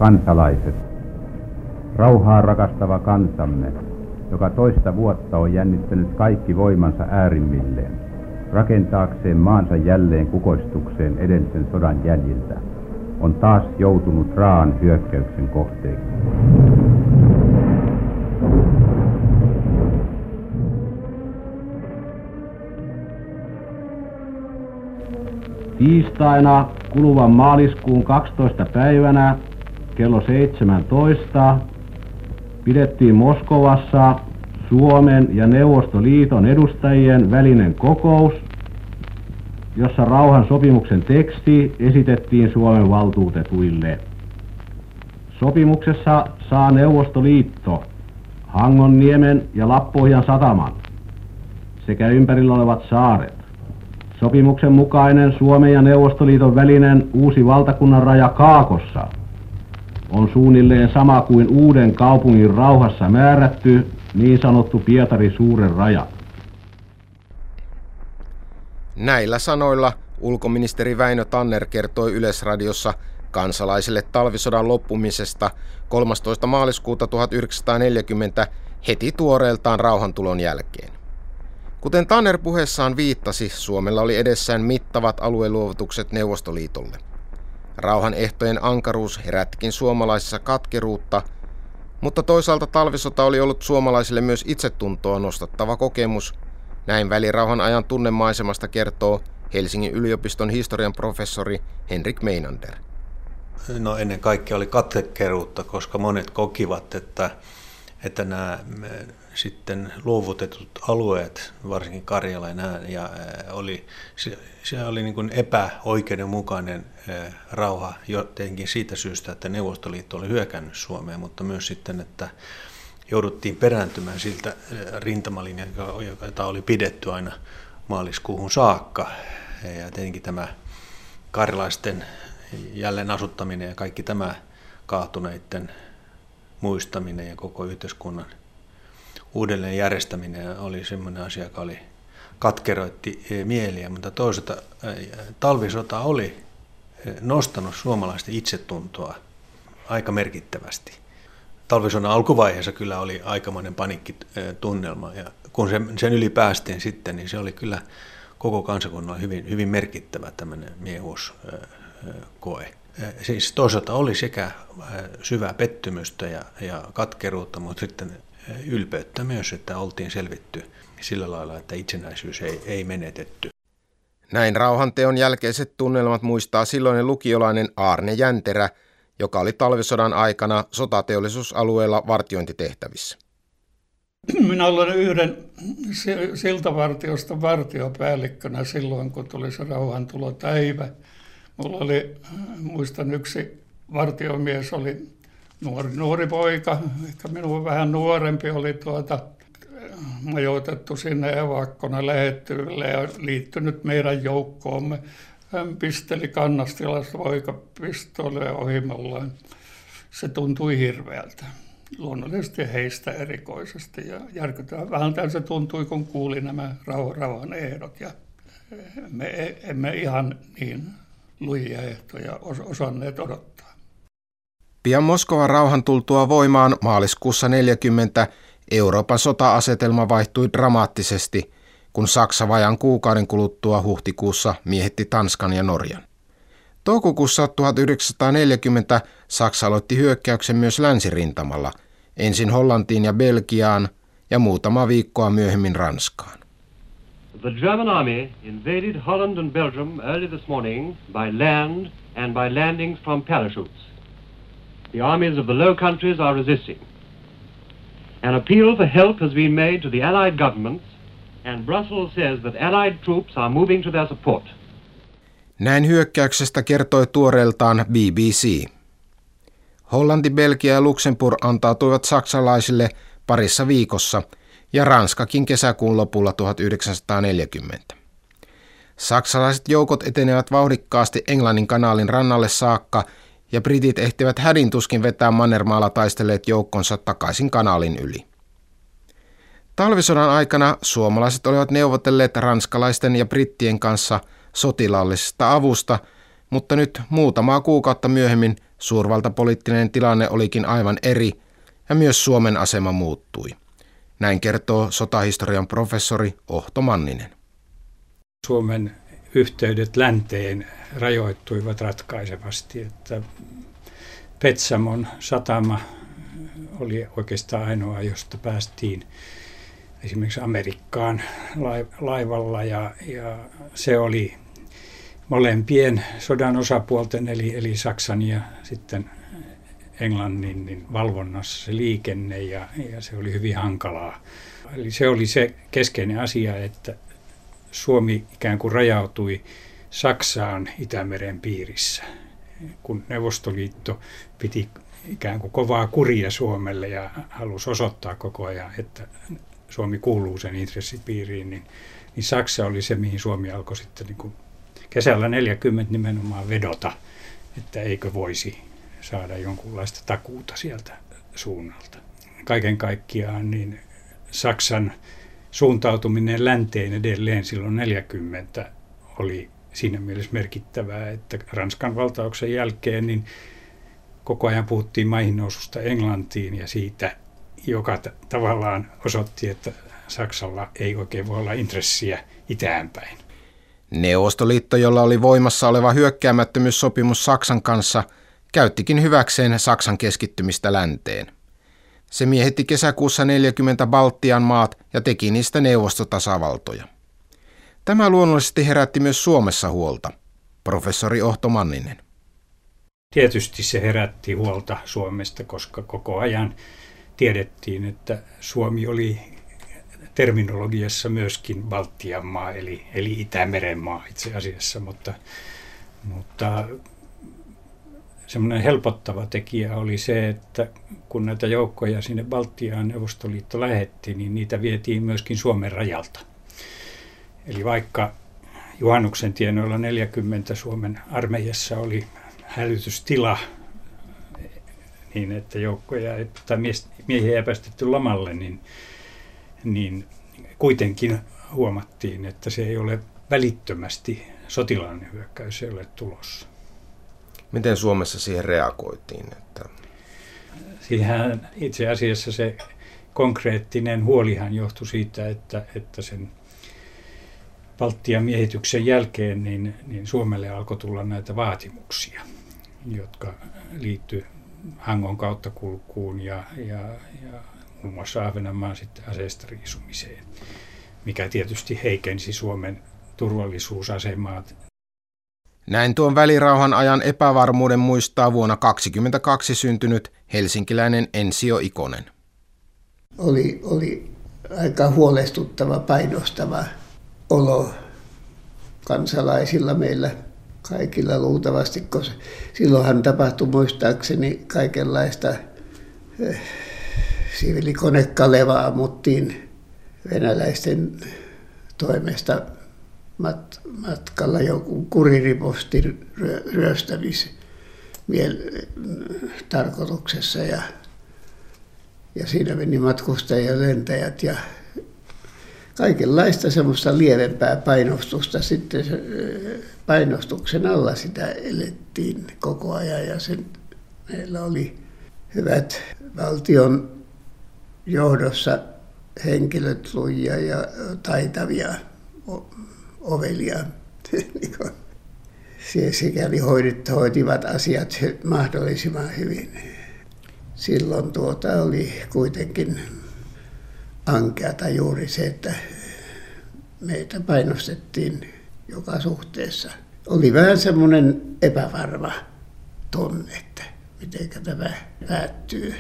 Kansalaiset, rauhaa rakastava kansamme, joka toista vuotta on jännittänyt kaikki voimansa äärimmilleen, rakentaakseen maansa jälleen kukoistukseen edellisen sodan jäljiltä, on taas joutunut raaan hyökkäyksen kohteeksi. Tiistaina kuluvan maaliskuun 12. päivänä kello 17 pidettiin Moskovassa Suomen ja Neuvostoliiton edustajien välinen kokous, jossa rauhan sopimuksen teksti esitettiin Suomen valtuutetuille. Sopimuksessa saa Neuvostoliitto Hangonniemen ja Lappohjan sataman sekä ympärillä olevat saaret. Sopimuksen mukainen Suomen ja Neuvostoliiton välinen uusi valtakunnan raja Kaakossa on suunnilleen sama kuin uuden kaupungin rauhassa määrätty niin sanottu Pietarin suuren raja. Näillä sanoilla ulkoministeri Väinö Tanner kertoi Yleisradiossa kansalaisille talvisodan loppumisesta 13. maaliskuuta 1940 heti tuoreeltaan rauhantulon jälkeen. Kuten Tanner puheessaan viittasi, Suomella oli edessään mittavat alueluovutukset Neuvostoliitolle. Rauhan ehtojen ankaruus herättikin suomalaisissa katkeruutta, mutta toisaalta talvisota oli ollut suomalaisille myös itsetuntoa nostattava kokemus. Näin välirauhan ajan tunnemaisemasta kertoo Helsingin yliopiston historian professori Henrik Meinander. No ennen kaikkea oli katkeruutta, koska monet kokivat, että nämä sitten luovutetut alueet, varsinkin Karjala se oli niin kuin epäoikeudenmukainen rauha jotenkin siitä syystä, että Neuvostoliitto oli hyökännyt Suomeen, mutta myös sitten, että jouduttiin perääntymään siltä rintamalinjalta, jota oli pidetty aina maaliskuuhun saakka. Ja tietenkin tämä karjalaisten jälleen asuttaminen ja kaikki tämä kaatuneiden muistaminen ja koko yhteiskunnan uudelleen järjestäminen oli semmoinen asia, joka katkeroitti mieliä, mutta toisaalta talvisota oli nostanut suomalaisten itsetuntoa aika merkittävästi. Talvisodan alkuvaiheessa kyllä oli aikamoinen paniikkitunnelma, ja kun sen yli päästiin sitten, niin se oli kyllä koko kansakunnan hyvin, hyvin merkittävä tämmöinen miehuuskoe. Siis toisaalta oli sekä syvää pettymystä ja katkeruutta, mutta sitten ylpeyttä myös, että oltiin selvitty sillä lailla, että itsenäisyys ei menetetty. Näin rauhanteon jälkeiset tunnelmat muistaa silloinen lukiolainen Aarne Jänterä, joka oli talvisodan aikana sotateollisuusalueella vartiointitehtävissä. Minä olen yhden siltavartiosta vartiopäällikkönä silloin, kun tuli se rauhantulopäivä. Mulla oli, muistan yksi vartiomies, oli nuori poika, ehkä minua vähän nuorempi, oli majoitettu sinne evakkona lähettyville ja liittynyt meidän joukkoomme. Hän pisteli kannastilasta poikapistoolia ohimollaan. Se tuntui hirveältä. Luonnollisesti heistä erikoisesti ja järkyttävän vähältä se tuntui, kun kuuli nämä rauhan ehdot. Ja me emme ihan niin lujia ehtoja osanneet odottaa. Pian Moskovan rauhan tultua voimaan maaliskuussa 1940 Euroopan sota-asetelma vaihtui dramaattisesti, kun Saksa vajan kuukauden kuluttua huhtikuussa miehitti Tanskan ja Norjan. Toukokuussa 1940 Saksa aloitti hyökkäyksen myös länsirintamalla, ensin Hollantiin ja Belgiaan ja muutama viikkoa myöhemmin Ranskaan. The German army invaded Holland and Belgium early this morning by land and by landings from parachutes. The armies of the Low Countries are resisting. An appeal for help has been made to the Allied governments, and Brussels says that Allied troops are moving to their support. Näin hyökkäyksestä kertoi tuoreeltaan BBC. Hollanti, Belgia ja Luxemburg antautuivat saksalaisille parissa viikossa ja Ranskakin kesäkuun lopulla 1940. Saksalaiset joukot etenevät vauhdikkaasti Englannin kanaalin rannalle saakka ja britit ehtivät hädintuskin vetää Mannermaalla taistelleet joukkonsa takaisin kanaalin yli. Talvisodan aikana suomalaiset olivat neuvotelleet ranskalaisten ja brittien kanssa sotilaallisesta avusta, mutta nyt muutamaa kuukautta myöhemmin suurvaltapoliittinen tilanne olikin aivan eri ja myös Suomen asema muuttui. Näin kertoo sotahistorian professori Ohto Manninen. Suomen yhteydet länteen rajoittuivat ratkaisevasti, että Petsamon satama oli oikeastaan ainoa, josta päästiin esimerkiksi Amerikkaan laivalla ja se oli molempien sodan osapuolten eli Saksan ja sitten Englannin valvonnassa se liikenne ja se oli hyvin hankalaa. Eli se oli se keskeinen asia, että Suomi ikään kuin rajautui Saksaan Itämeren piirissä, kun Neuvostoliitto piti ikään kuin kovaa kuria Suomelle ja halusi osoittaa koko ajan, että Suomi kuuluu sen intressipiiriin, niin Saksa oli se, mihin Suomi alkoi sitten niin kuin kesällä 40 nimenomaan vedota, että eikö voisi saada jonkunlaista takuuta sieltä suunnalta. Kaiken kaikkiaan niin Saksan suuntautuminen länteen edelleen silloin 40 oli siinä mielessä merkittävää, että Ranskan valtauksen jälkeen niin koko ajan puhuttiin maihinnoususta Englantiin ja siitä, joka tavallaan osoitti, että Saksalla ei oikein voi olla intressiä itäänpäin. Neuvostoliitto, jolla oli voimassa oleva hyökkäämättömyyssopimus Saksan kanssa, käyttikin hyväkseen Saksan keskittymistä länteen. Se miehitti kesäkuussa 40 Baltian maat ja teki niistä neuvostotasavaltoja. Tämä luonnollisesti herätti myös Suomessa huolta. Professori Ohto Manninen. Tietysti se herätti huolta Suomesta, koska koko ajan tiedettiin, että Suomi oli terminologiassa myöskin Baltian maa, eli Itämeren maa itse asiassa, mutta semmoinen helpottava tekijä oli se, että kun näitä joukkoja sinne Baltiaan Neuvostoliitto lähetti, niin niitä vietiin myöskin Suomen rajalta. Eli vaikka juhannuksen tienoilla 40 Suomen armeijassa oli hälytystila, niin että joukkoja tai miehiä ei päästetty lomalle, niin kuitenkin huomattiin, että se ei ole välittömästi sotilaallinen hyökkäys, ei ole tulossa. Miten Suomessa siihen reagoitiin? Siihen itse asiassa se konkreettinen huolihan johtui siitä, että sen Baltian miehityksen jälkeen niin Suomelle alkoi tulla näitä vaatimuksia, jotka liittyy Hangon kauttakulkuun ja muun muassa Ahvenanmaan sitten aseista riisumiseen, mikä tietysti heikensi Suomen turvallisuusasemaa. Näin tuon välirauhan ajan epävarmuuden muistaa vuonna 1922 syntynyt helsinkiläinen Ensio Ikonen. Oli aika huolestuttava, painostava olo kansalaisilla meillä kaikilla luultavasti, koska silloinhan tapahtui muistaakseni kaikenlaista siviilikonekkalevaa ammuttiin venäläisten toimesta matkalla joku kuriripostin tarkoituksessa ja siinä meni matkustajia ja lentäjät ja kaikenlaista semmoista lievempää painostusta. Sitten painostuksen alla sitä elettiin koko ajan ja meillä oli hyvät valtion johdossa henkilöt, lujia ja taitavia, ovelia. Sikäli hoitivat asiat mahdollisimman hyvin. Silloin oli kuitenkin ankeata juuri se, että meitä painostettiin joka suhteessa. Oli vähän semmoinen epävarma tunne, että miten tämä päättyy.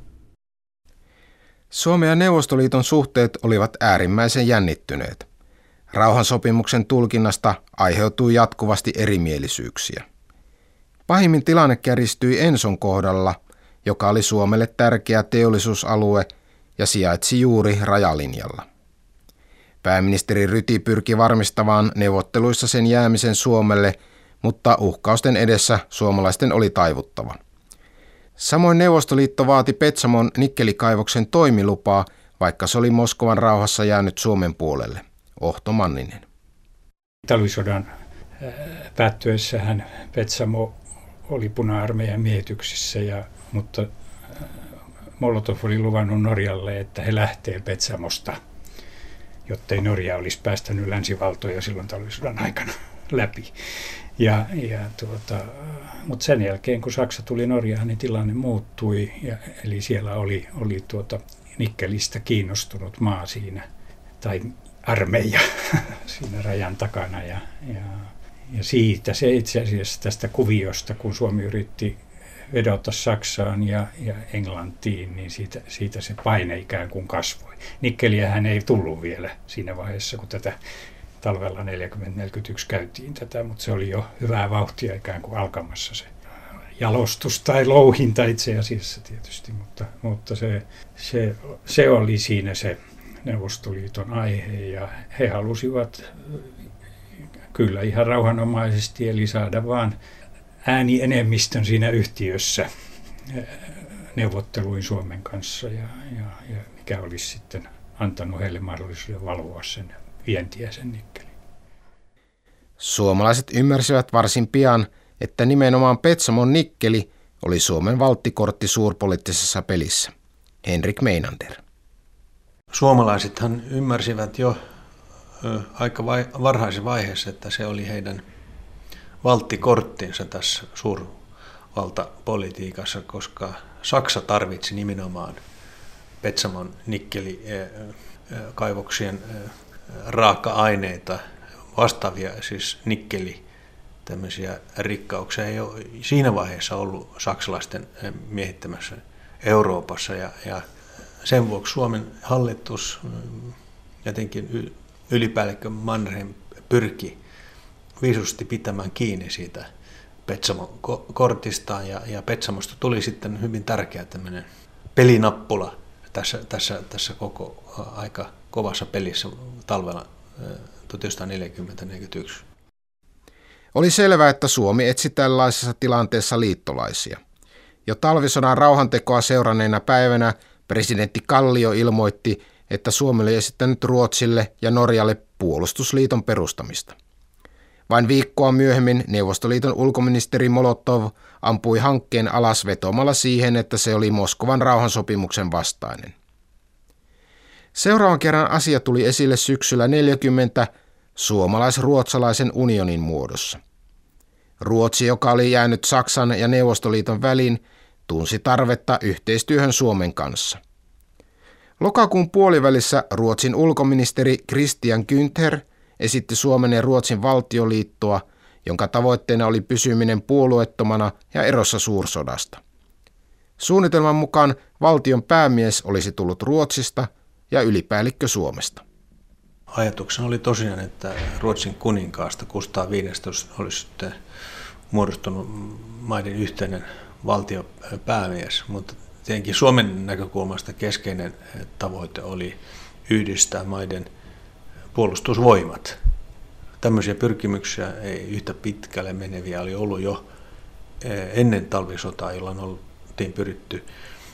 Suomen ja Neuvostoliiton suhteet olivat äärimmäisen jännittyneet. Rauhansopimuksen tulkinnasta aiheutui jatkuvasti erimielisyyksiä. Pahimmin tilanne kärjistyi Enson kohdalla, joka oli Suomelle tärkeä teollisuusalue ja sijaitsi juuri rajalinjalla. Pääministeri Ryti pyrki varmistamaan neuvotteluissa sen jäämisen Suomelle, mutta uhkausten edessä suomalaisten oli taivuttava. Samoin Neuvostoliitto vaati Petsamon nikkelikaivoksen toimilupaa, vaikka se oli Moskovan rauhassa jäänyt Suomen puolelle. Ohto Manninen. Talvisodan päättyessähän Petsamo oli puna-armeijan miehityksissä, mutta Molotov oli luvannut Norjalle, että he lähtee Petsamosta, jottei Norja olisi päästänyt länsivaltoja silloin talvisodan aikana läpi. Mutta sen jälkeen, kun Saksa tuli Norjaan, niin tilanne muuttui, eli siellä oli nikkelistä kiinnostunut maa siinä, tai armeija siinä rajan takana. Ja siitä se itse asiassa tästä kuviosta, kun Suomi yritti vedota Saksaan ja Englantiin, niin siitä se paine ikään kuin kasvoi. Nikkeliähän ei tullut vielä siinä vaiheessa, kun tätä talvella 40-41 käytiin tätä, mutta se oli jo hyvää vauhtia ikään kuin alkamassa se jalostus tai louhinta itse asiassa tietysti, mutta se oli siinä se Neuvostoliiton aihe ja he halusivat kyllä ihan rauhanomaisesti eli saada vaan äänienemmistön siinä yhtiössä neuvotteluin Suomen kanssa ja mikä olisi sitten antanut heille mahdollisuuden valvoa sen vientiä sen nikkelin. Suomalaiset ymmärsivät varsin pian, että nimenomaan Petsamon nikkeli oli Suomen valttikortti suurpoliittisessa pelissä. Henrik Meinander. Suomalaisethan ymmärsivät jo aika varhaisessa vaiheessa, että se oli heidän valttikorttinsa tässä suurvaltapolitiikassa, koska Saksa tarvitsi nimenomaan Petsamon nikkelikaivoksien raaka-aineita, vastaavia siis nikkeli, tämmöisiä rikkauksia ei ole siinä vaiheessa ollut saksalaisten miehittämässä Euroopassa ja sen vuoksi Suomen hallitus, jotenkin ylipäällikkö Mannerheim pyrki viisusti pitämään kiinni siitä Petsamon kortistaan ja Petsamosta tuli sitten hyvin tärkeä tämmöinen pelinappula tässä koko aika kovassa pelissä talvella 1940-1941. Oli selvää, että Suomi etsi tällaisessa tilanteessa liittolaisia. Jo talvisodan rauhantekoa seuranneena päivänä presidentti Kallio ilmoitti, että Suomi oli esittänyt Ruotsille ja Norjalle puolustusliiton perustamista. Vain viikkoa myöhemmin Neuvostoliiton ulkoministeri Molotov ampui hankkeen alas vetomalla siihen, että se oli Moskovan rauhansopimuksen vastainen. Seuraavan kerran asia tuli esille syksyllä 1940 suomalais-ruotsalaisen unionin muodossa. Ruotsi, joka oli jäänyt Saksan ja Neuvostoliiton väliin, tunsi tarvetta yhteistyöhön Suomen kanssa. Lokakuun puolivälissä Ruotsin ulkoministeri Christian Günther esitti Suomen ja Ruotsin valtioliittoa, jonka tavoitteena oli pysyminen puolueettomana ja erossa suursodasta. Suunnitelman mukaan valtion päämies olisi tullut Ruotsista ja ylipäällikkö Suomesta. Ajatuksena oli tosiaan, että Ruotsin kuninkaasta Kustaa V olisi sitten muodostunut maiden yhteinen valtiopäämies, mutta tietenkin Suomen näkökulmasta keskeinen tavoite oli yhdistää maiden puolustusvoimat. Tämmöisiä pyrkimyksiä ei yhtä pitkälle meneviä oli ollut jo ennen talvisotaa, jolloin oltiin pyritty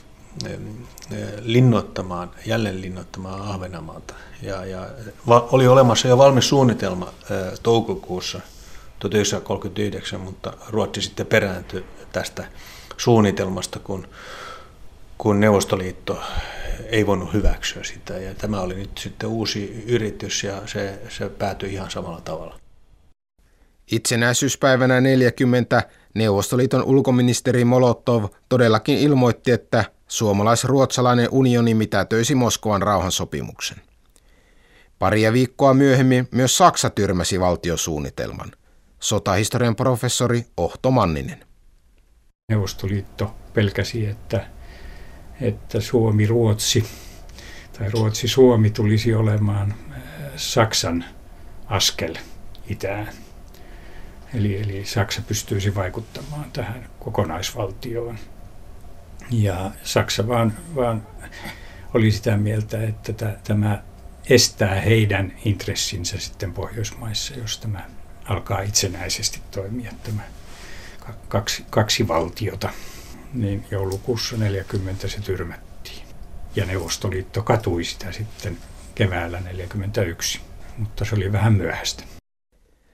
jälleen linnoittamaan Ahvenanmaata. Ja oli olemassa jo valmis suunnitelma toukokuussa 1939, mutta Ruotsi sitten perääntyi tästä suunnitelmasta, kun Neuvostoliitto ei voinut hyväksyä sitä. Ja tämä oli nyt sitten uusi yritys ja se päätyi ihan samalla tavalla. Itsenäisyyspäivänä 1940 Neuvostoliiton ulkoministeri Molotov todellakin ilmoitti, että suomalais-ruotsalainen unioni mitätöisi Moskovan rauhansopimuksen. Paria viikkoa myöhemmin myös Saksa tyrmäsi valtiosuunnitelman. Sotahistorian professori Ohto Manninen. Neuvostoliitto pelkäsi, että Suomi-Ruotsi tai Ruotsi-Suomi tulisi olemaan Saksan askel itään. Eli Saksa pystyisi vaikuttamaan tähän kokonaisvaltioon. Ja Saksa vaan oli sitä mieltä, että tämä estää heidän intressinsä sitten Pohjoismaissa, jos tämä alkaa itsenäisesti toimia, tämä kaksi valtiota. Niin joulukuussa 1940 se tyrmättiin. Ja Neuvostoliitto katui sitä sitten keväällä 1941, mutta se oli vähän myöhäistä.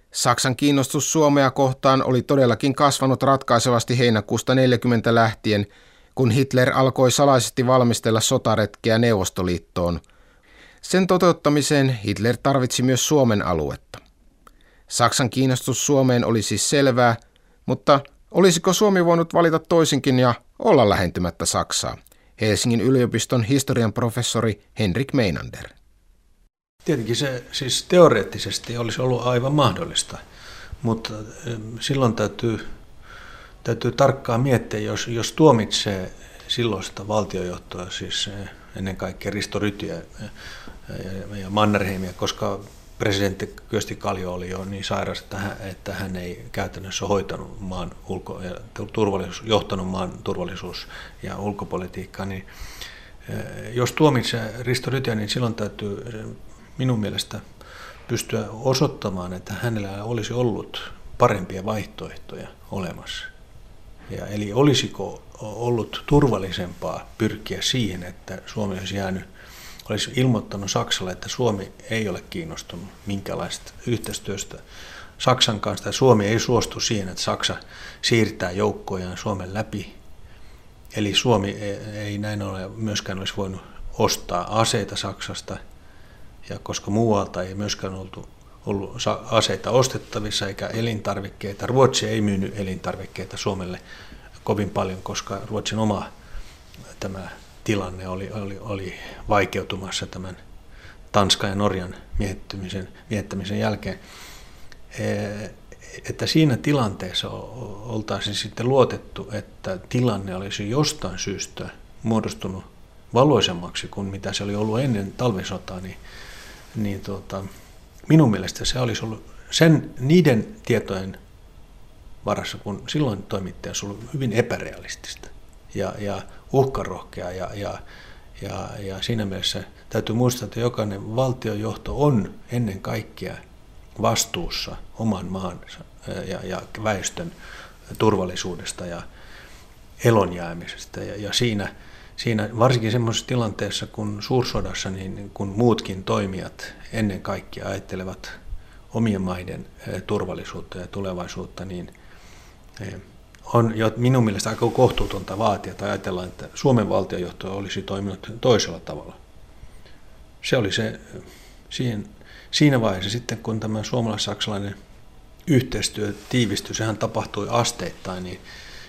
Saksan kiinnostus Suomea kohtaan oli todellakin kasvanut ratkaisevasti heinäkuusta 1940 lähtien, kun Hitler alkoi salaisesti valmistella sotaretkeä Neuvostoliittoon. Sen toteuttamiseen Hitler tarvitsi myös Suomen aluetta. Saksan kiinnostus Suomeen oli siis selvää, mutta olisiko Suomi voinut valita toisinkin ja olla lähentymättä Saksaa? Helsingin yliopiston historian professori Henrik Meinander. Tietenkin se siis teoreettisesti olisi ollut aivan mahdollista, mutta silloin täytyy tarkkaan miettiä, jos tuomitsee silloista valtiojohtoa, siis ennen kaikkea Risto Rytiä ja Mannerheimia, koska presidentti Kyösti Kallio oli jo niin sairas, että hän ei käytännössä hoitanut johtanut maan turvallisuus- ja ulkopolitiikkaa, niin jos tuomitsee Risto Rytiä, niin silloin täytyy minun mielestä pystyä osoittamaan, että hänellä olisi ollut parempia vaihtoehtoja olemassa. Eli olisiko ollut turvallisempaa pyrkiä siihen, että Suomi olisi ilmoittanut Saksalle, että Suomi ei ole kiinnostunut minkälaista yhteistyöstä Saksan kanssa. Suomi ei suostu siihen, että Saksa siirtää joukkojaan Suomen läpi. Eli Suomi ei näin ole myöskään olisi voinut ostaa aseita Saksasta, ja koska muualta ei myöskään ollut aseita ostettavissa eikä elintarvikkeita. Ruotsi ei myynyt elintarvikkeita Suomelle kovin paljon, koska Ruotsin oma tämä tilanne oli vaikeutumassa tämän Tanskan ja Norjan miettämisen jälkeen. Että siinä tilanteessa oltaisiin sitten luotettu, että tilanne olisi jostain syystä muodostunut valoisammaksi kuin mitä se oli ollut ennen talvisotaa, niin minun mielestä se olisi ollut niiden tietojen varassa, kun silloin toimittaja olisi ollut hyvin epärealistista ja uhkarohkea ja siinä mielessä täytyy muistaa, että jokainen valtiojohto on ennen kaikkea vastuussa oman maansa ja väestön turvallisuudesta ja elonjäämisestä ja siinä varsinkin semmoisessa tilanteessa kuin suursodassa, niin kun muutkin toimijat ennen kaikkea ajattelevat omien maiden turvallisuutta ja tulevaisuutta, niin on jo minun mielestä aika kohtuutonta vaatia tai ajatellaan, että Suomen valtiojohto olisi toiminut toisella tavalla. Se oli se siinä vaiheessa sitten, kun tämä suomalais-saksalainen yhteistyö tiivistyi, sehän tapahtui asteittain,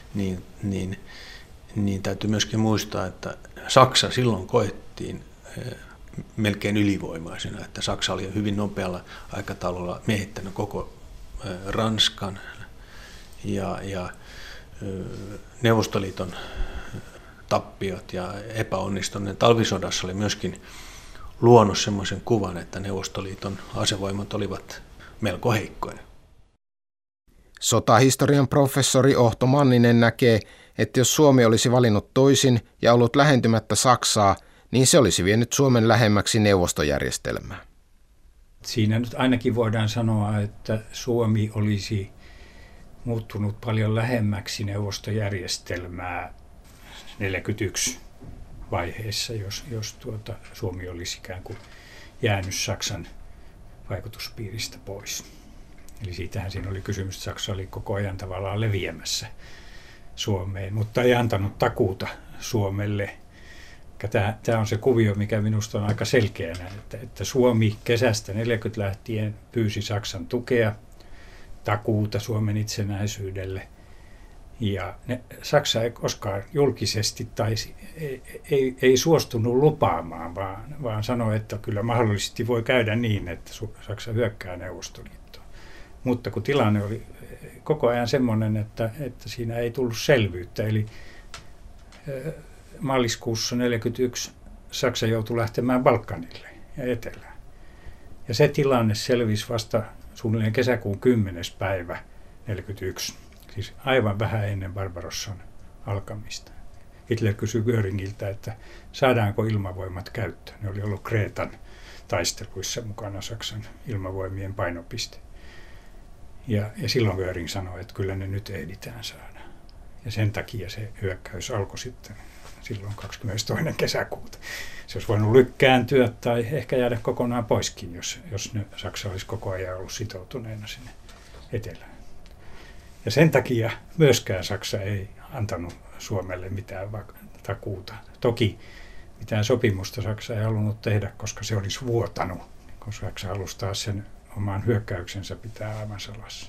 niin täytyy myöskin muistaa, että Saksa silloin koettiin melkein ylivoimaisena, että Saksa oli hyvin nopealla aikataululla miehittänyt koko Ranskan ja Neuvostoliiton tappiot ja epäonnistuneen talvisodassa oli myöskin luonut semmoisen kuvan, että Neuvostoliiton asevoimat olivat melko heikkoja. Sotahistorian professori Ohto Manninen näkee, että jos Suomi olisi valinnut toisin ja ollut lähentymättä Saksaa, niin se olisi vienyt Suomen lähemmäksi neuvostojärjestelmää. Siinä nyt ainakin voidaan sanoa, että Suomi olisi muuttunut paljon lähemmäksi neuvostojärjestelmää 1941 vaiheessa, jos Suomi olisi ikään kuin jäänyt Saksan vaikutuspiiristä pois. Eli siitähän siinä oli kysymys, että Saksa oli koko ajan tavallaan leviämässä Suomeen, mutta ei antanut takuuta Suomelle. Tämä on se kuvio, mikä minusta on aika selkeänä, että Suomi kesästä 1940 lähtien pyysi Saksan tukea, takuuta Suomen itsenäisyydelle. Ja Saksa ei koskaan julkisesti ei suostunut lupaamaan, vaan sanoi, että kyllä mahdollisesti voi käydä niin, että Saksa hyökkää Neuvostoliittoon. Mutta kun tilanne oli koko ajan semmoinen, että siinä ei tullut selvyyttä, eli maaliskuussa 1941 Saksa joutui lähtemään Balkanille ja etelään. Ja se tilanne selvisi vasta suunnilleen kesäkuun 10. päivä 1941, siis aivan vähän ennen Barbarossan alkamista. Hitler kysyi Göringiltä, että saadaanko ilmavoimat käyttöön. Ne oli ollut Kreetan taisteluissa mukana Saksan ilmavoimien painopiste. Ja silloin Göring sanoi, että kyllä ne nyt ehditään saada. Ja sen takia se hyökkäys alkoi sitten silloin 22. kesäkuuta. Se olisi voinut lykkääntyä tai ehkä jäädä kokonaan poiskin, jos Saksa olisi koko ajan ollut sitoutuneena sinne etelään. Ja sen takia myöskään Saksa ei antanut Suomelle mitään takuuta. Toki mitään sopimusta Saksa ei halunnut tehdä, koska se olisi vuotanut, koska Saksa halusi taas sen oman hyökkäyksensä pitää aivan salassa.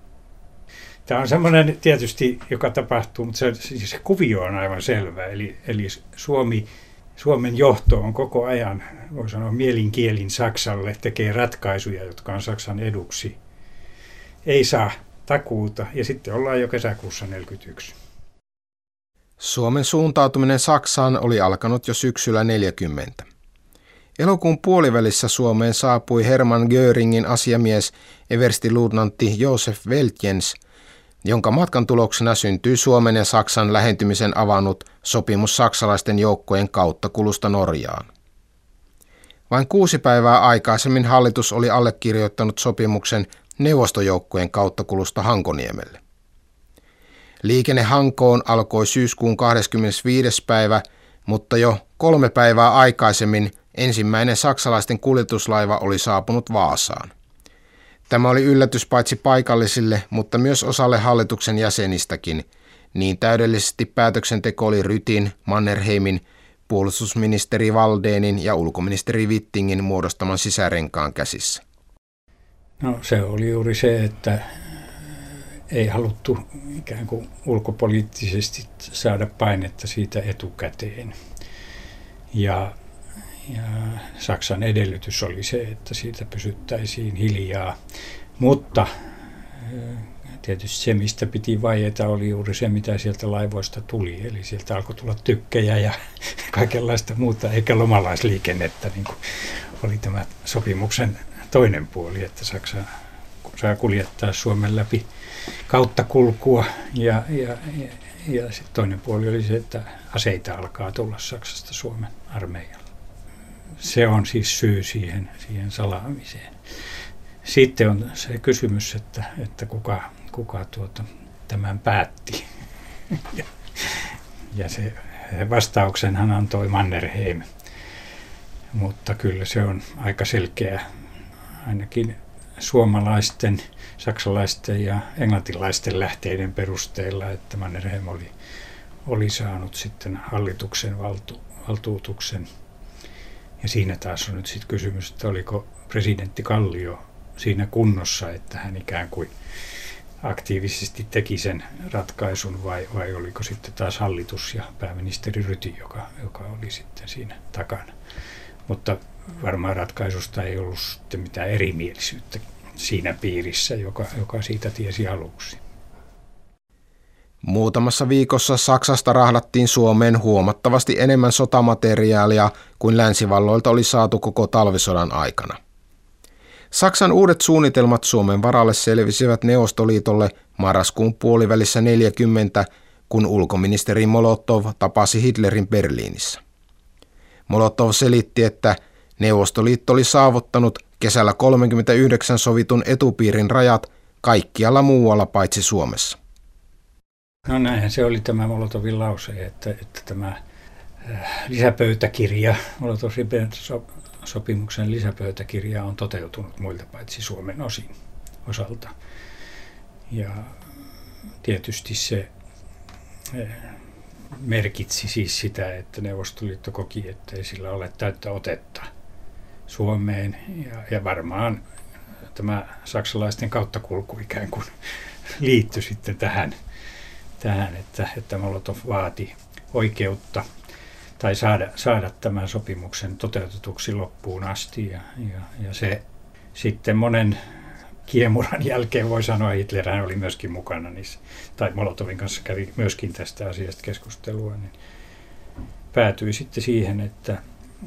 Tämä on semmoinen tietysti, joka tapahtuu, mutta se kuvio on aivan selvä. Eli Suomen johto on koko ajan, voi sanoa mielinkielin Saksalle, tekee ratkaisuja, jotka on Saksan eduksi. Ei saa takuuta ja sitten ollaan jo kesäkuussa 1941. Suomen suuntautuminen Saksaan oli alkanut jo syksyllä 1940. Elokuun puolivälissä Suomeen saapui Hermann Göringin asiamies everstiluutnantti Josef Weltjens, jonka matkan tuloksena syntyi Suomen ja Saksan lähentymisen avannut sopimus saksalaisten joukkojen kauttakulusta Norjaan. Vain 6 päivää aikaisemmin hallitus oli allekirjoittanut sopimuksen neuvostojoukkojen kauttakulusta Hankoniemelle. Liikenne Hankoon alkoi syyskuun 25. päivä, mutta jo 3 päivää aikaisemmin ensimmäinen saksalaisten kuljetuslaiva oli saapunut Vaasaan. Tämä oli yllätys paitsi paikallisille, mutta myös osalle hallituksen jäsenistäkin. Niin täydellisesti päätöksenteko oli Rytin, Mannerheimin, puolustusministeri Valdénin ja ulkoministeri Wittingin muodostaman sisärenkaan käsissä. No se oli juuri se, että ei haluttu ikään kuin ulkopoliittisesti saada painetta siitä etukäteen. Ja Saksan edellytys oli se, että siitä pysyttäisiin hiljaa. Mutta tietysti se, mistä piti vaieta, oli juuri se, mitä sieltä laivoista tuli. Eli sieltä alkoi tulla tykkejä ja kaikenlaista muuta, eikä lomalaisliikennettä, niin kuin oli tämä sopimuksen toinen puoli, että Saksa saa kuljettaa Suomen läpi kauttakulkua. Ja sitten toinen puoli oli se, että aseita alkaa tulla Saksasta Suomen armeijalle. Se on siis syy siihen salaamiseen. Sitten on se kysymys, että kuka tämän päätti. Ja se vastauksenhan antoi Mannerheim. Mutta kyllä se on aika selkeä ainakin suomalaisten, saksalaisten ja englantilaisten lähteiden perusteella, että Mannerheim oli saanut sitten hallituksen valtuutuksen. Ja siinä taas on nyt sitten kysymys, että oliko presidentti Kallio siinä kunnossa, että hän ikään kuin aktiivisesti teki sen ratkaisun vai oliko sitten taas hallitus ja pääministeri Ryti, joka oli sitten siinä takana. Mutta varmaan ratkaisusta ei ollut sitten mitään erimielisyyttä siinä piirissä, joka siitä tiesi aluksi. Muutamassa viikossa Saksasta rahdattiin Suomeen huomattavasti enemmän sotamateriaalia kuin länsivalloilta oli saatu koko talvisodan aikana. Saksan uudet suunnitelmat Suomen varalle selvisivät Neuvostoliitolle marraskuun puolivälissä 1940, kun ulkoministeri Molotov tapasi Hitlerin Berliinissä. Molotov selitti, että Neuvostoliitto oli saavuttanut kesällä 1939 sovitun etupiirin rajat kaikkialla muualla paitsi Suomessa. No näinhän se oli tämä Molotovin lause, että tämä lisäpöytäkirja, Molotov-Ribbentrop-sopimuksen lisäpöytäkirja on toteutunut muilta paitsi Suomen osalta. Ja tietysti se merkitsi siis sitä, että Neuvostoliitto koki, että ei sillä ole täyttä otetta Suomeen. Ja varmaan tämä saksalaisten kauttakulku ikään kuin liittyi sitten tähän että Molotov vaati oikeutta tai saada tämän sopimuksen toteutetuksi loppuun asti. Ja se sitten monen kiemuran jälkeen voi sanoa, Hitlerhän oli myöskin mukana niissä, tai Molotovin kanssa kävi myöskin tästä asiasta keskustelua, niin päätyi sitten siihen, että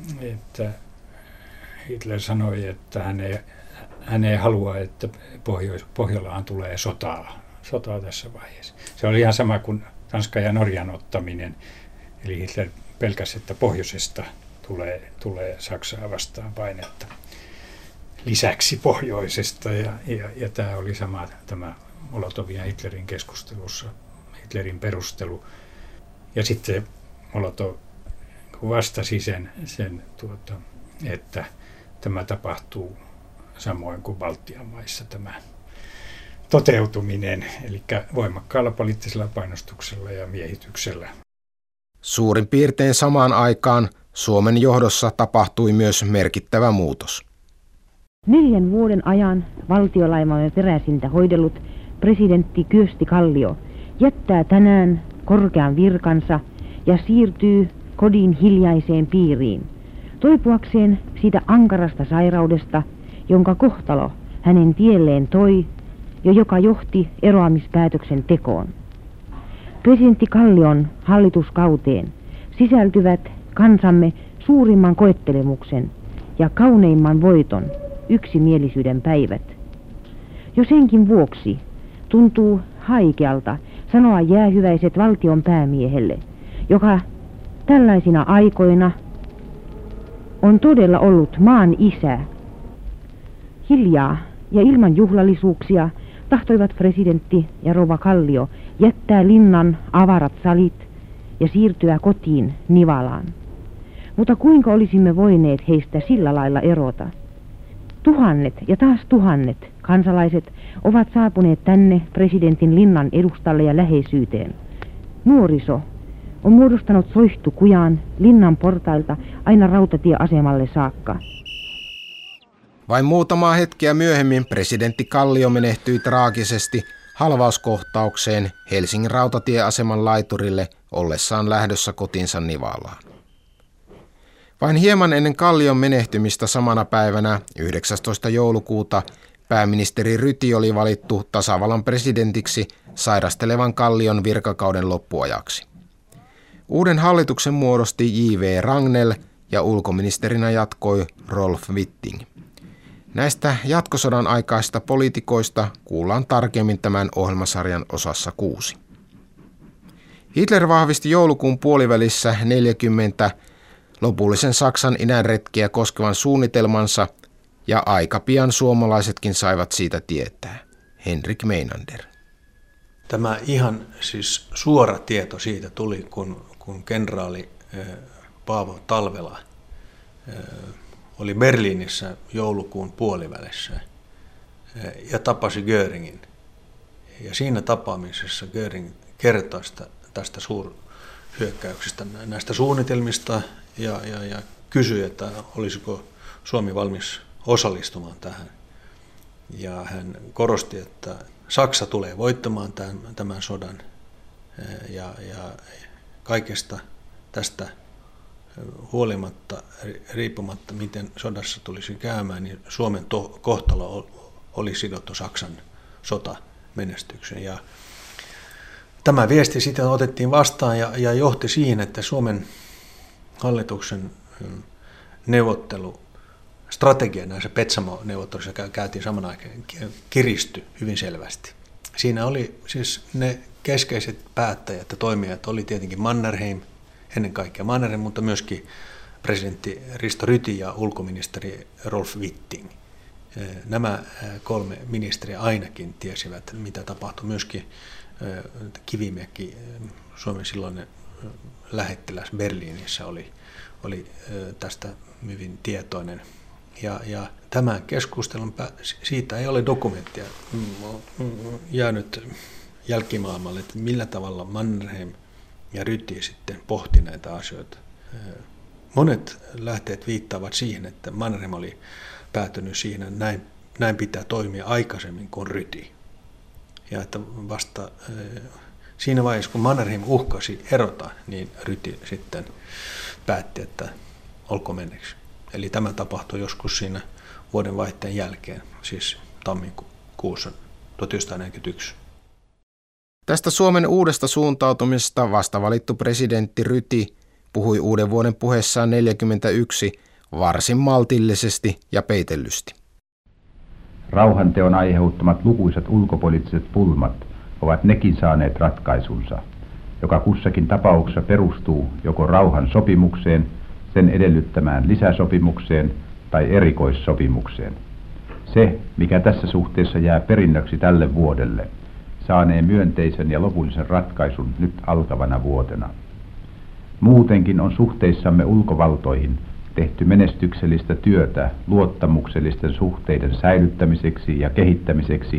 Hitler sanoi, että hän ei halua, että Pohjolaan tulee sotaa tässä vaiheessa. Se oli ihan sama kuin Tanskan ja Norjan ottaminen, eli Hitler pelkäsi, että pohjoisesta tulee Saksaa vastaan painetta lisäksi pohjoisesta, ja tämä oli sama tämä Molotovin ja Hitlerin keskustelussa, Hitlerin perustelu. Ja sitten Molotov vastasi että tämä tapahtuu samoin kuin Baltian maissa toteutuminen, eli voimakkaalla poliittisella painostuksella ja miehityksellä. Suurin piirtein samaan aikaan Suomen johdossa tapahtui myös merkittävä muutos. 4 vuoden ajan valtiolaimamme peräisintä hoidellut presidentti Kyösti Kallio jättää tänään korkean virkansa ja siirtyy kodin hiljaiseen piiriin, toipuakseen siitä ankarasta sairaudesta, jonka kohtalo hänen tielleen toi ja joka johti eroamispäätöksen tekoon. Presidentti Kallion hallituskauteen sisältyvät kansamme suurimman koettelemuksen ja kauneimman voiton yksimielisyyden päivät. Jo senkin vuoksi tuntuu haikealta sanoa jäähyväiset valtion päämiehelle, joka tällaisina aikoina on todella ollut maan isä. Hiljaa ja ilman juhlallisuuksia tahtoivat presidentti ja rouva Kallio jättää linnan avarat salit ja siirtyä kotiin Nivalaan. Mutta kuinka olisimme voineet heistä sillä lailla erota? Tuhannet ja taas tuhannet kansalaiset ovat saapuneet tänne presidentin linnan edustalle ja läheisyyteen. Nuoriso on muodostanut soihtukujaan linnan portailta aina rautatieasemalle saakka. Vain muutamaa hetkeä myöhemmin presidentti Kallio menehtyi traagisesti halvauskohtaukseen Helsingin rautatieaseman laiturille ollessaan lähdössä kotinsa Nivalaan. Vain hieman ennen Kallion menehtymistä samana päivänä 19. joulukuuta pääministeri Ryti oli valittu tasavallan presidentiksi sairastelevan Kallion virkakauden loppuajaksi. Uuden hallituksen muodosti J.V. Ragnell ja ulkoministerinä jatkoi Rolf Witting. Näistä jatkosodan aikaisista poliitikoista kuullaan tarkemmin tämän ohjelmasarjan osassa 6. Hitler vahvisti joulukuun puolivälissä 40 lopullisen Saksan idänretkiä koskevan suunnitelmansa, ja aika pian suomalaisetkin saivat siitä tietää. Henrik Meinander. Tämä ihan siis suora tieto siitä tuli, kun kenraali Paavo Talvela oli Berliinissä joulukuun puolivälissä ja tapasi Göringin. Ja siinä tapaamisessa Göring kertoi tästä suurhyökkäyksestä, näistä suunnitelmista ja kysyi, että olisiko Suomi valmis osallistumaan tähän. Ja hän korosti, että Saksa tulee voittamaan tämän sodan ja kaikesta tästä huolimatta, riippumatta miten sodassa tulisi käymään, niin Suomen kohtalo oli sidottu Saksan sotamenestykseen. Ja tämä viesti sitten otettiin vastaan ja johti siihen, että Suomen hallituksen neuvottelustrategia näissä Petsamo-neuvotteluissa käytiin saman aikaan kiristyi hyvin selvästi. Siinä oli siis ne keskeiset päättäjät ja toimijat oli tietenkin Mannerheim, ennen kaikkea Mannerheim, mutta myöskin presidentti Risto Ryti ja ulkoministeri Rolf Witting. Nämä 3 ministeriä ainakin tiesivät, mitä tapahtui. Myöskin Kivimäki, Suomen silloinen lähettiläs Berliinissä, oli tästä hyvin tietoinen. Ja tämän keskustelun siitä ei ole dokumenttia jäänyt jälkimaailmalle, että millä tavalla Mannerheim ja Ryti sitten pohti näitä asioita. Monet lähteet viittaavat siihen, että Mannerheim oli päätynyt siihen, että näin pitää toimia aikaisemmin kuin Ryti. Ja että vasta siinä vaiheessa, kun Mannerheim uhkasi erota, niin Ryti sitten päätti, että olkoon menneeksi. Eli tämä tapahtui joskus siinä vuodenvaihteen jälkeen, siis tammikuussa 1941. Tästä Suomen uudesta suuntautumisesta vastavalittu presidentti Ryti puhui uuden vuoden puheessaan 1941 varsin maltillisesti ja peitellysti. Rauhanteon aiheuttamat lukuisat ulkopoliittiset pulmat ovat nekin saaneet ratkaisunsa, joka kussakin tapauksessa perustuu joko rauhan sopimukseen, sen edellyttämään lisäsopimukseen tai erikoissopimukseen. Se, mikä tässä suhteessa jää perinnöksi tälle vuodelle, saanee myönteisen ja lopullisen ratkaisun nyt alkavana vuotena. Muutenkin on suhteissamme ulkovaltoihin tehty menestyksellistä työtä luottamuksellisten suhteiden säilyttämiseksi ja kehittämiseksi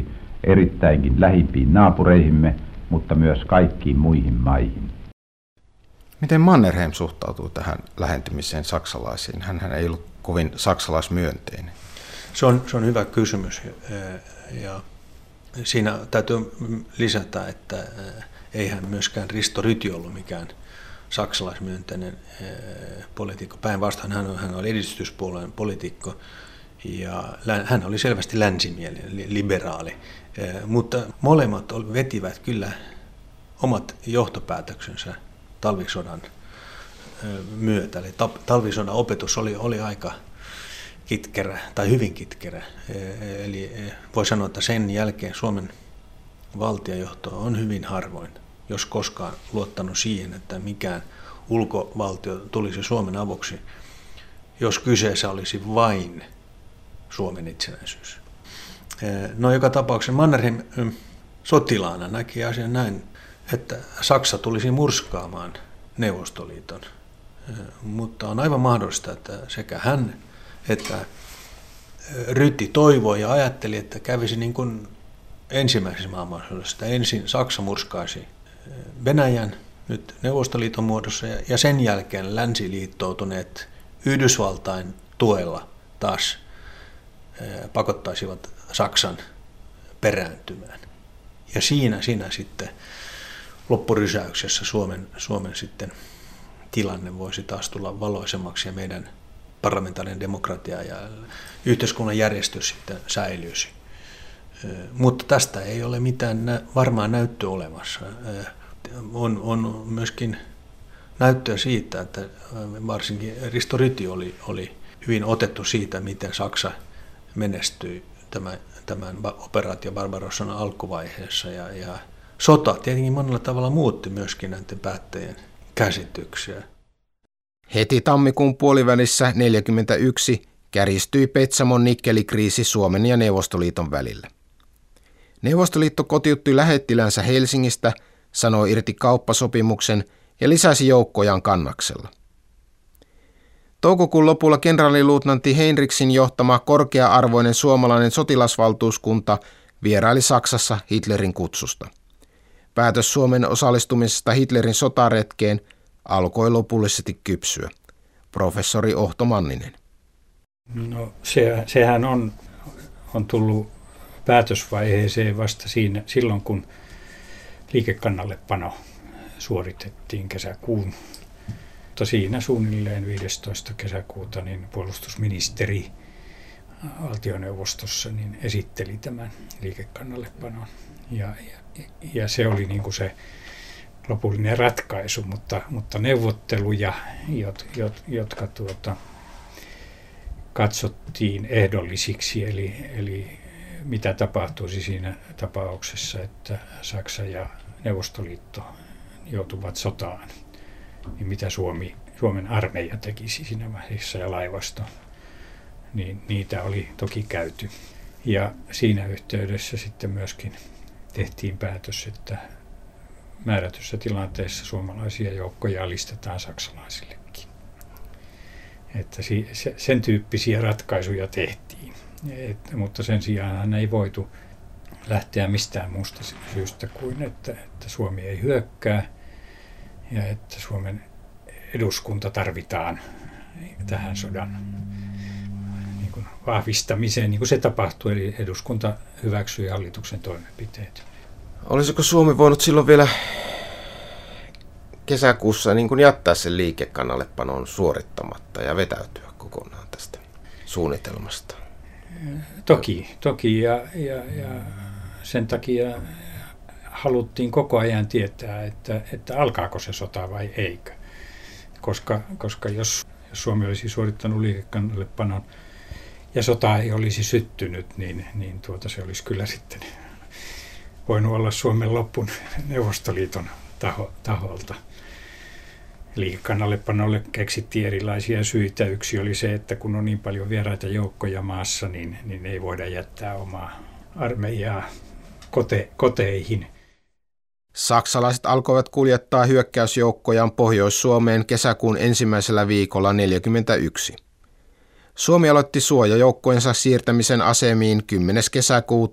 erittäinkin lähimpiin naapureihimme, mutta myös kaikkiin muihin maihin. Miten Mannerheim suhtautuu tähän lähentymiseen saksalaisiin? Hänhän ei ollut kovin saksalaismyönteinen. Se on hyvä kysymys. Ja siinä täytyy lisätä, että eihän myöskään Risto Ryti ollut mikään saksalaismyönteinen poliitikko. Päinvastoin hän oli edistyspuolueen poliitikko ja hän oli selvästi länsimielinen, liberaali. Mutta molemmat vetivät kyllä omat johtopäätöksensä talvisodan myötä. Eli talvisodan opetus oli aika kitkerä tai hyvin kitkerä. Eli voi sanoa, että sen jälkeen Suomen valtiojohto on hyvin harvoin, jos koskaan, luottanut siihen, että mikään ulkovaltio tulisi Suomen avuksi, jos kyseessä olisi vain Suomen itsenäisyys. No joka tapauksessa Mannerheim sotilaana näki asian näin, että Saksa tulisi murskaamaan Neuvostoliiton, mutta on aivan mahdollista, että sekä hän että Ryti toivoi ja ajatteli, että kävisi niin kuin ensimmäisessä maailmansodassa. Ensin Saksa murskaisi Venäjän nyt Neuvostoliiton muodossa ja sen jälkeen länsiliittoutuneet Yhdysvaltain tuella taas pakottaisivat Saksan perääntymään. Ja siinä sitten loppurysäyksessä Suomen sitten tilanne voisi taas tulla valoisemmaksi ja meidän parlamentaarinen demokratia ja yhteiskunnan järjestys sitten säilyisi. Mutta tästä ei ole mitään varmaa näyttöä olemassa. On myöskin näyttöä siitä, että varsinkin Risto Ryti oli hyvin otettu siitä, miten Saksa menestyi tämän operaatio Barbarossan alkuvaiheessa. Ja sota tietenkin monella tavalla muutti myöskin näiden päättäjien käsityksiä. Heti tammikuun puolivälissä 1941 kärjistyi Petsamon nikkelikriisi Suomen ja Neuvostoliiton välillä. Neuvostoliitto kotiutti lähettilänsä Helsingistä, sanoi irti kauppasopimuksen ja lisäsi joukkojaan Kannaksella. Toukokuun lopulla kenraaliluutnantti Heinrichsin johtama korkea-arvoinen suomalainen sotilasvaltuuskunta vieraili Saksassa Hitlerin kutsusta. Päätös Suomen osallistumisesta Hitlerin sotaretkeen alkoi lopullisesti kypsyä. Professori Ohto Manninen. No sehän on tullut päätösvaiheeseen vasta silloin, kun liikekannallepano suoritettiin kesäkuun. Mutta siinä suunnilleen 15. kesäkuuta niin puolustusministeri valtioneuvostossa niin esitteli tämän liikekannallepanon. Ja se oli niin kuin se lopullinen ratkaisu, mutta neuvotteluja, jotka katsottiin ehdollisiksi, eli mitä tapahtuisi siinä tapauksessa, että Saksa ja Neuvostoliitto joutuvat sotaan, niin mitä Suomen armeija tekisi siinä vaiheessa ja laivasto, niin niitä oli toki käyty. Ja siinä yhteydessä sitten myöskin tehtiin päätös, että määrätyssä tilanteessa suomalaisia joukkoja alistetaan saksalaisillekin. Että sen tyyppisiä ratkaisuja tehtiin. Mutta sen sijaan ei voitu lähteä mistään muusta syystä kuin, että Suomi ei hyökkää ja että Suomen eduskunta tarvitaan tähän sodan niin kuin vahvistamiseen, niin kuin se tapahtui, eli eduskunta hyväksyi hallituksen toimenpiteet. Olisiko Suomi voinut silloin vielä kesäkuussa niin kuin jättää sen liikekannallepanon suorittamatta ja vetäytyä kokonaan tästä suunnitelmasta? Toki ja sen takia haluttiin koko ajan tietää, että alkaako se sota vai eikö. Koska jos Suomi olisi suorittanut liikekannallepanon ja sota ei olisi syttynyt, niin se olisi kyllä sitten voinut olla Suomen loppun Neuvostoliiton taholta. Liikekannallepanolle keksittiin erilaisia syitä. Yksi oli se, että kun on niin paljon vieraita joukkoja maassa, niin ei voida jättää omaa armeijaa koteihin. Saksalaiset alkoivat kuljettaa hyökkäysjoukkojaan Pohjois-Suomeen kesäkuun ensimmäisellä viikolla 1941. Suomi aloitti suojajoukkojensa siirtämisen asemiin 10. kesäkuuta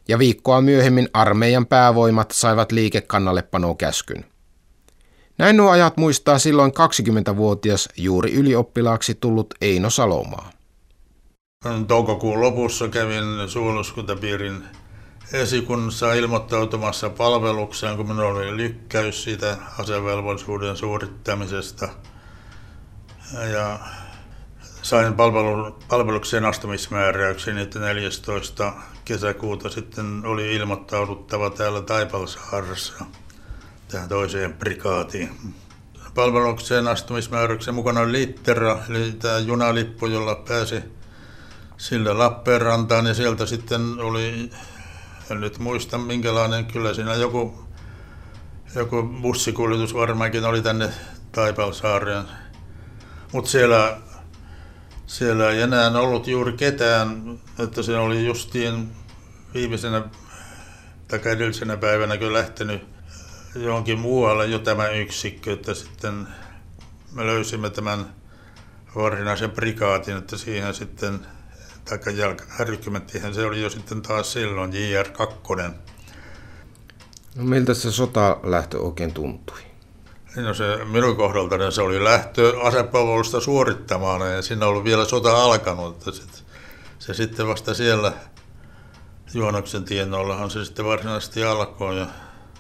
ja viikkoa myöhemmin armeijan päävoimat saivat liikekannallepanokäskyn. Näin nuo ajat muistaa silloin 20-vuotias juuri ylioppilaaksi tullut Eino Salomaa. Toukokuun lopussa kävin suojeluskuntapiirin esikunnassa ilmoittautumassa palvelukseen, kun minulla oli lykkäys siitä asevelvollisuuden suorittamisesta. Ja sain palvelukseen astumismääräyksen, että 14. kesäkuuta sitten oli ilmoittauduttava täällä Taipalsaaressa tähän toiseen prikaatiin. Palvelukseen astumismääräyksen mukana oli littera, eli tämä junalippu, jolla pääsi sillä Lappeenrantaan, ja sieltä sitten oli, en nyt muista minkälainen, kyllä siinä joku bussikuljetus varmaankin oli tänne Taipalsaareen. Mutta siellä ei enää ollut juuri ketään, että se oli justiin viimeisenä tai edellisenä päivänä kyllä lähtenyt johonkin muualle jo tämä yksikkö, että sitten me löysimme tämän varsinaisen prikaatin, että siihen sitten, taikka jalkarykkymättihän se oli jo sitten taas silloin, JR2. No miltä se sotalähtö oikein tuntui? No se minun kohdalta se oli lähtö asepalvelusta suorittamaan, ja siinä on ollut vielä sota alkanut, että se sitten vasta siellä Juonoksen tienoillahan se sitten varsinaisesti alkoi. Ja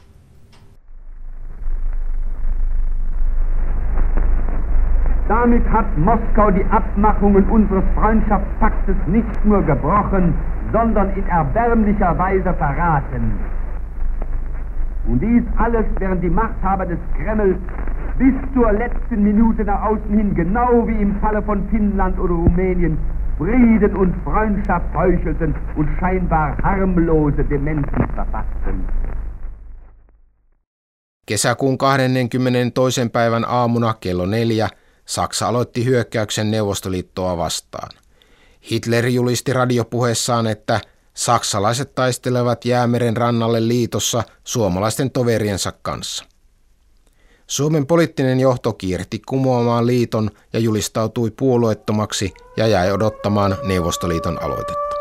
Damit hat Moskau die Abmachungen unseres Freundschaftspaktes nicht nur gebrochen, sondern in erbärmlicher Weise verraten. Und dies alles, während die Machthaber des Kreml bis zur letzten Minute nach außen hin, genau wie im Falle von Finnland oder Rumänien, Frieden und Freundschaft heuchelten und scheinbar harmlose Demenzen verfassten. Kesäkuun 22. päivän aamuna kello 4 Saksa aloitti hyökkäyksen Neuvostoliittoa vastaan. Hitler julisti radiopuheessaan, että saksalaiset taistelevat Jäämeren rannalle liitossa suomalaisten toveriensa kanssa. Suomen poliittinen johto kiirehti kumoamaan liiton ja julistautui puolueettomaksi ja jäi odottamaan Neuvostoliiton aloitetta.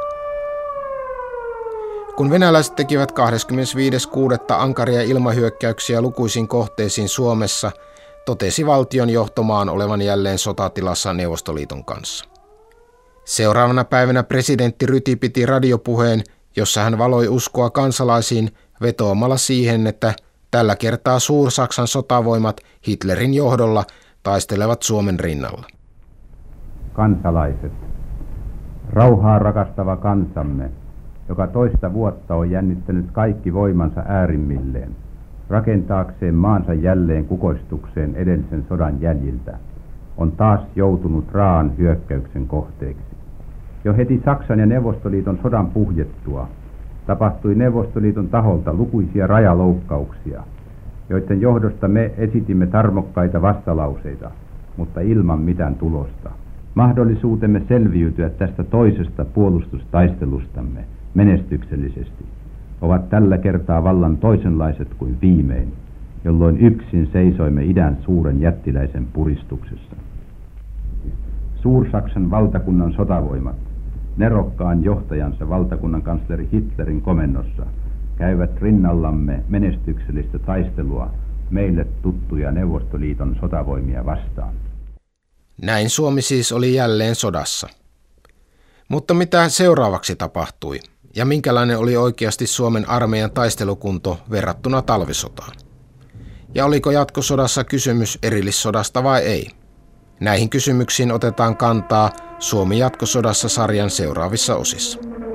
Kun venäläiset tekivät 25.6. ankaria ilmahyökkäyksiä lukuisiin kohteisiin Suomessa, totesi valtion johtomaan olevan jälleen sotatilassa Neuvostoliiton kanssa. Seuraavana päivänä presidentti Ryti piti radiopuheen, jossa hän valoi uskoa kansalaisiin vetoamalla siihen, että tällä kertaa Suur-Saksan sotavoimat Hitlerin johdolla taistelevat Suomen rinnalla. Kansalaiset, rauhaa rakastava kansamme, joka toista vuotta on jännittänyt kaikki voimansa äärimmilleen, rakentaakseen maansa jälleen kukoistukseen edellisen sodan jäljiltä, on taas joutunut raaan hyökkäyksen kohteeksi. Jo heti Saksan ja Neuvostoliiton sodan puhjettua tapahtui Neuvostoliiton taholta lukuisia rajaloukkauksia, joiden johdosta me esitimme tarmokkaita vastalauseita, mutta ilman mitään tulosta. Mahdollisuutemme selviytyä tästä toisesta puolustustaistelustamme menestyksellisesti ovat tällä kertaa vallan toisenlaiset kuin viimein, jolloin yksin seisoimme idän suuren jättiläisen puristuksessa. Suur-Saksan valtakunnan sotavoimat, nerokkaan johtajansa valtakunnan kansleri Hitlerin komennossa, käyvät rinnallamme menestyksellistä taistelua meille tuttuja Neuvostoliiton sotavoimia vastaan. Näin Suomi siis oli jälleen sodassa. Mutta mitä seuraavaksi tapahtui ja minkälainen oli oikeasti Suomen armeijan taistelukunto verrattuna talvisotaan? Ja oliko jatkosodassa kysymys erillissodasta vai ei? Näihin kysymyksiin otetaan kantaa Suomi jatkosodassa -sarjan seuraavissa osissa.